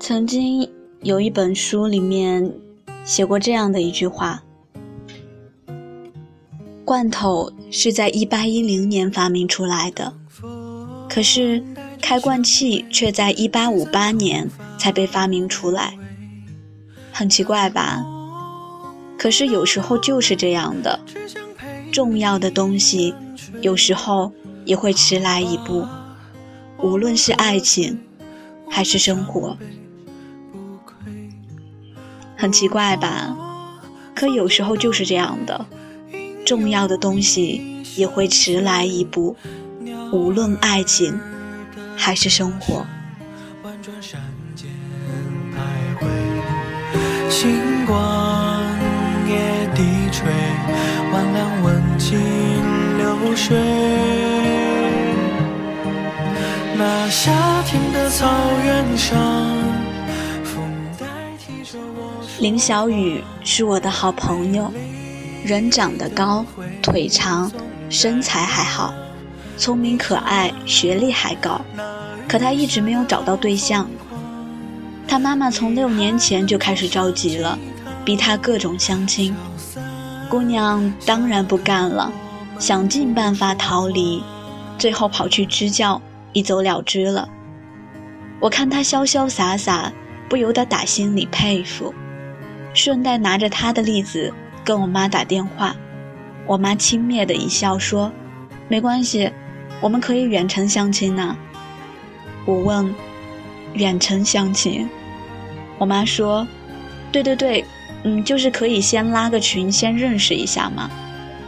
曾经有一本书里面写过这样的一句话：罐头是在1810年发明出来的，可是开罐器却在1858年才被发明出来。很奇怪吧？可是有时候就是这样的，重要的东西有时候也会迟来一步，无论是爱情还是生活。很奇怪吧？可有时候就是这样的，重要的东西也会迟来一步，无论爱情还是生活。 星光也低垂，万两温情流水。那夏天的草原上， 林小雨是我的好朋友，人长得高，腿长，身材还好，聪明可爱，学历还高，可他一直没有找到对象。他妈妈从6年前就开始着急了，逼他各种相亲。姑娘当然不干了，想尽办法逃离，最后跑去支教，一走了之了。我看他潇潇洒洒，不由得打心里佩服，顺带拿着他的例子跟我妈打电话。我妈轻蔑地一笑说：没关系，我们可以远程相亲呢。我问：远程相亲？我妈说：对，就是可以先拉个群，先认识一下嘛。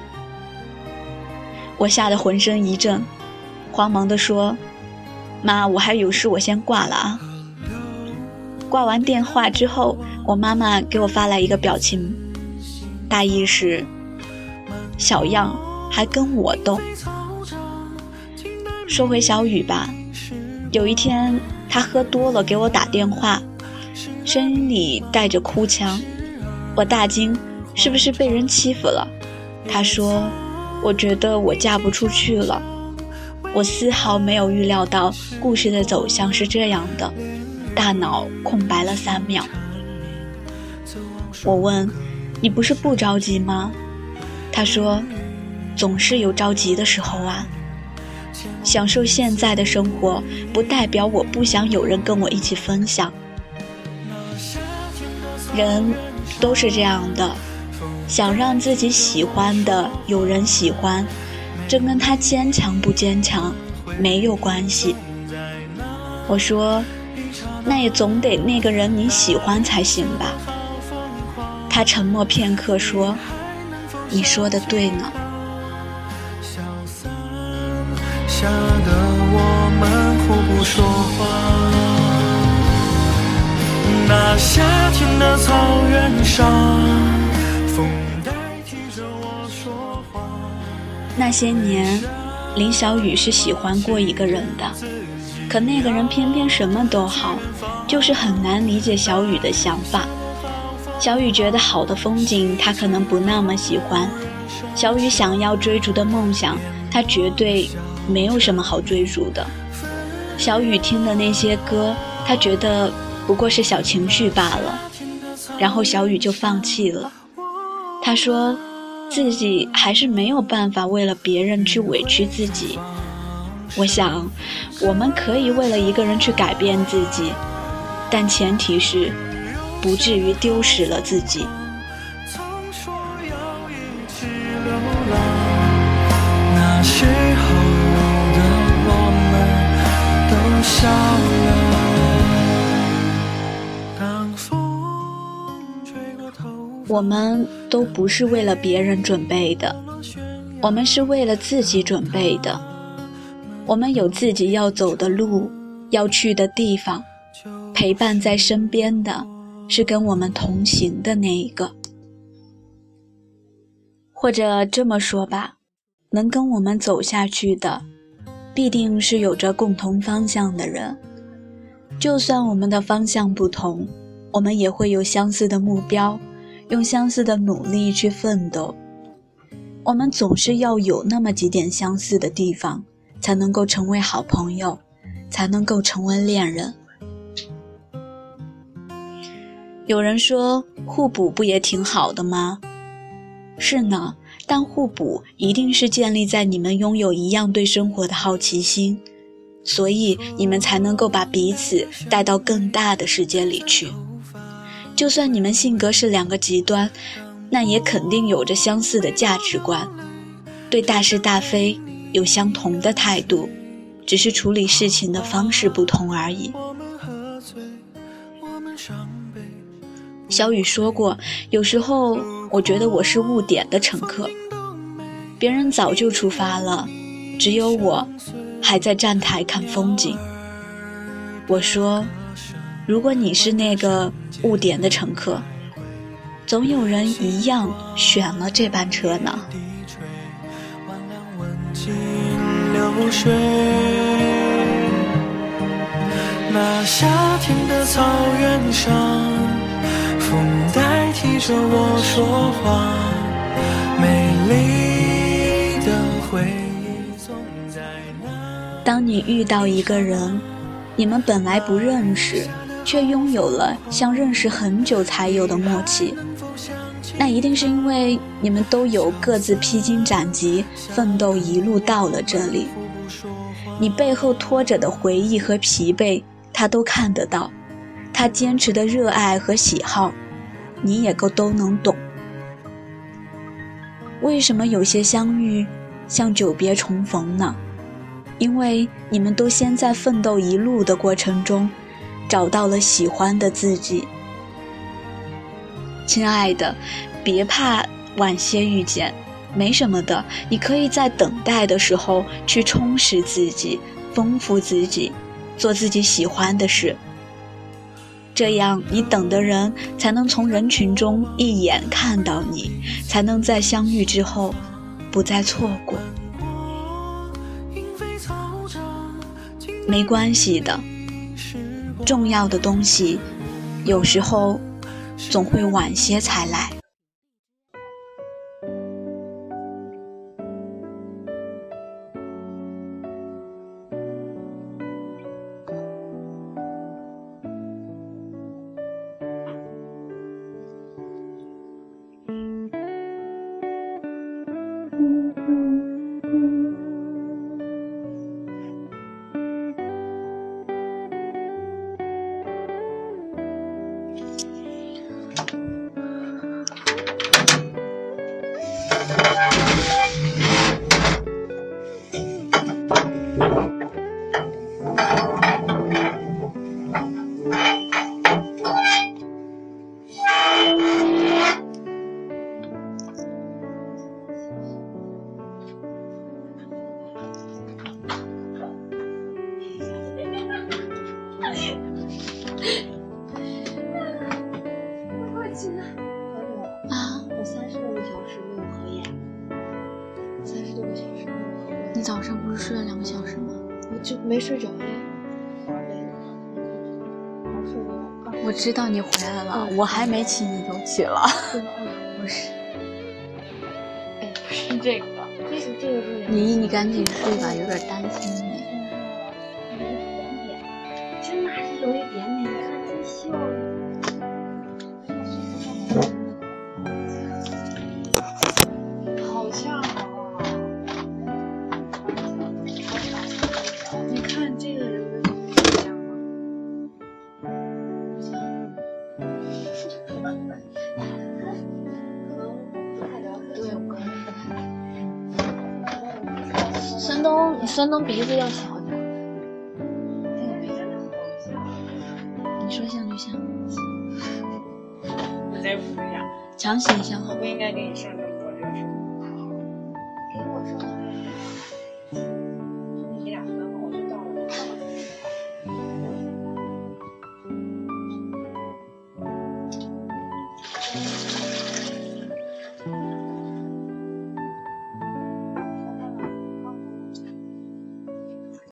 我吓得浑身一震，慌忙地说：妈，我还有事，我先挂了啊。挂完电话之后，我妈妈给我发来一个表情，大意是：小样还跟我斗。说回小雨吧，有一天他喝多了给我打电话，声音里带着哭腔。我大惊，是不是被人欺负了？他说：我觉得我嫁不出去了。我丝毫没有预料到故事的走向是这样的，大脑空白了3秒。我问：你不是不着急吗？他说：总是有着急的时候啊。享受现在的生活，不代表我不想有人跟我一起分享。人都是这样的，想让自己喜欢的有人喜欢，这跟他坚强不坚强没有关系。我说：那也总得那个人你喜欢才行吧。他沉默片刻说：你说的对呢。 吓得我们互不说话。那夏天的草原上，风代替着我说话。 那些年，林小雨是喜欢过一个人的，可那个人偏偏什么都好，就是很难理解小雨的想法。小雨觉得好的风景他可能不那么喜欢，小雨想要追逐的梦想他绝对没有什么好追逐的。小雨听的那些歌他觉得不过是小情绪罢了，然后小雨就放弃了。他说自己还是没有办法为了别人去委屈自己。我想我们可以为了一个人去改变自己，但前提是不至于丢失了自己。 那时候的我们都笑了。当风吹过头发， 我们都不是为了别人准备的，我们是为了自己准备的。我们有自己要走的路，要去的地方，陪伴在身边的是跟我们同行的那一个。或者这么说吧，能跟我们走下去的必定是有着共同方向的人。就算我们的方向不同，我们也会有相似的目标，用相似的努力去奋斗。我们总是要有那么几点相似的地方，才能够成为好朋友，才能够成为恋人。 有人说互补不也挺好的吗？是呢，但互补一定是建立在你们拥有一样对生活的好奇心，所以你们才能够把彼此带到更大的世界里去。就算你们性格是两个极端，那也肯定有着相似的价值观，对大是大非有相同的态度，只是处理事情的方式不同而已。小雨说过，有时候我觉得我是误点的乘客，别人早就出发了，只有我还在站台看风景。我说，如果你是那个误点的乘客，总有人一样选了这班车呢。 流水，那夏天的草原上，风代替着我说话，美丽的回忆总在那。 当你遇到一个人，你们本来不认识，却拥有了像认识很久才有的默契，那一定是因为你们都有各自披荆斩棘，奋斗一路到了这里。你背后拖着的回忆和疲惫，他都看得到，他坚持的热爱和喜好，你也都能懂。为什么有些相遇像久别重逢呢？因为你们都先在奋斗一路的过程中找到了喜欢的自己。亲爱的，别怕晚些遇见，没什么的，你可以在等待的时候去充实自己，丰富自己，做自己喜欢的事，这样你等的人才能从人群中一眼看到你，才能在相遇之后不再错过。没关系的，重要的东西有时候总会晚些才来。你早上不是睡了2个小时吗？ 我就没睡着呀，好累了，好睡了。 我知道你回来了，我还没起你就起了。 不是，哎，不是这个，这个是你赶紧睡吧，有点担心你。 有一点点，真的还是有一点点，你看这秀。好像啊，你看这个人的像吗？对，我可能不太。孙东鼻子要小点，这个鼻子好小。 你说像就像， 我才不一样， 强行像好。 不应该给你上。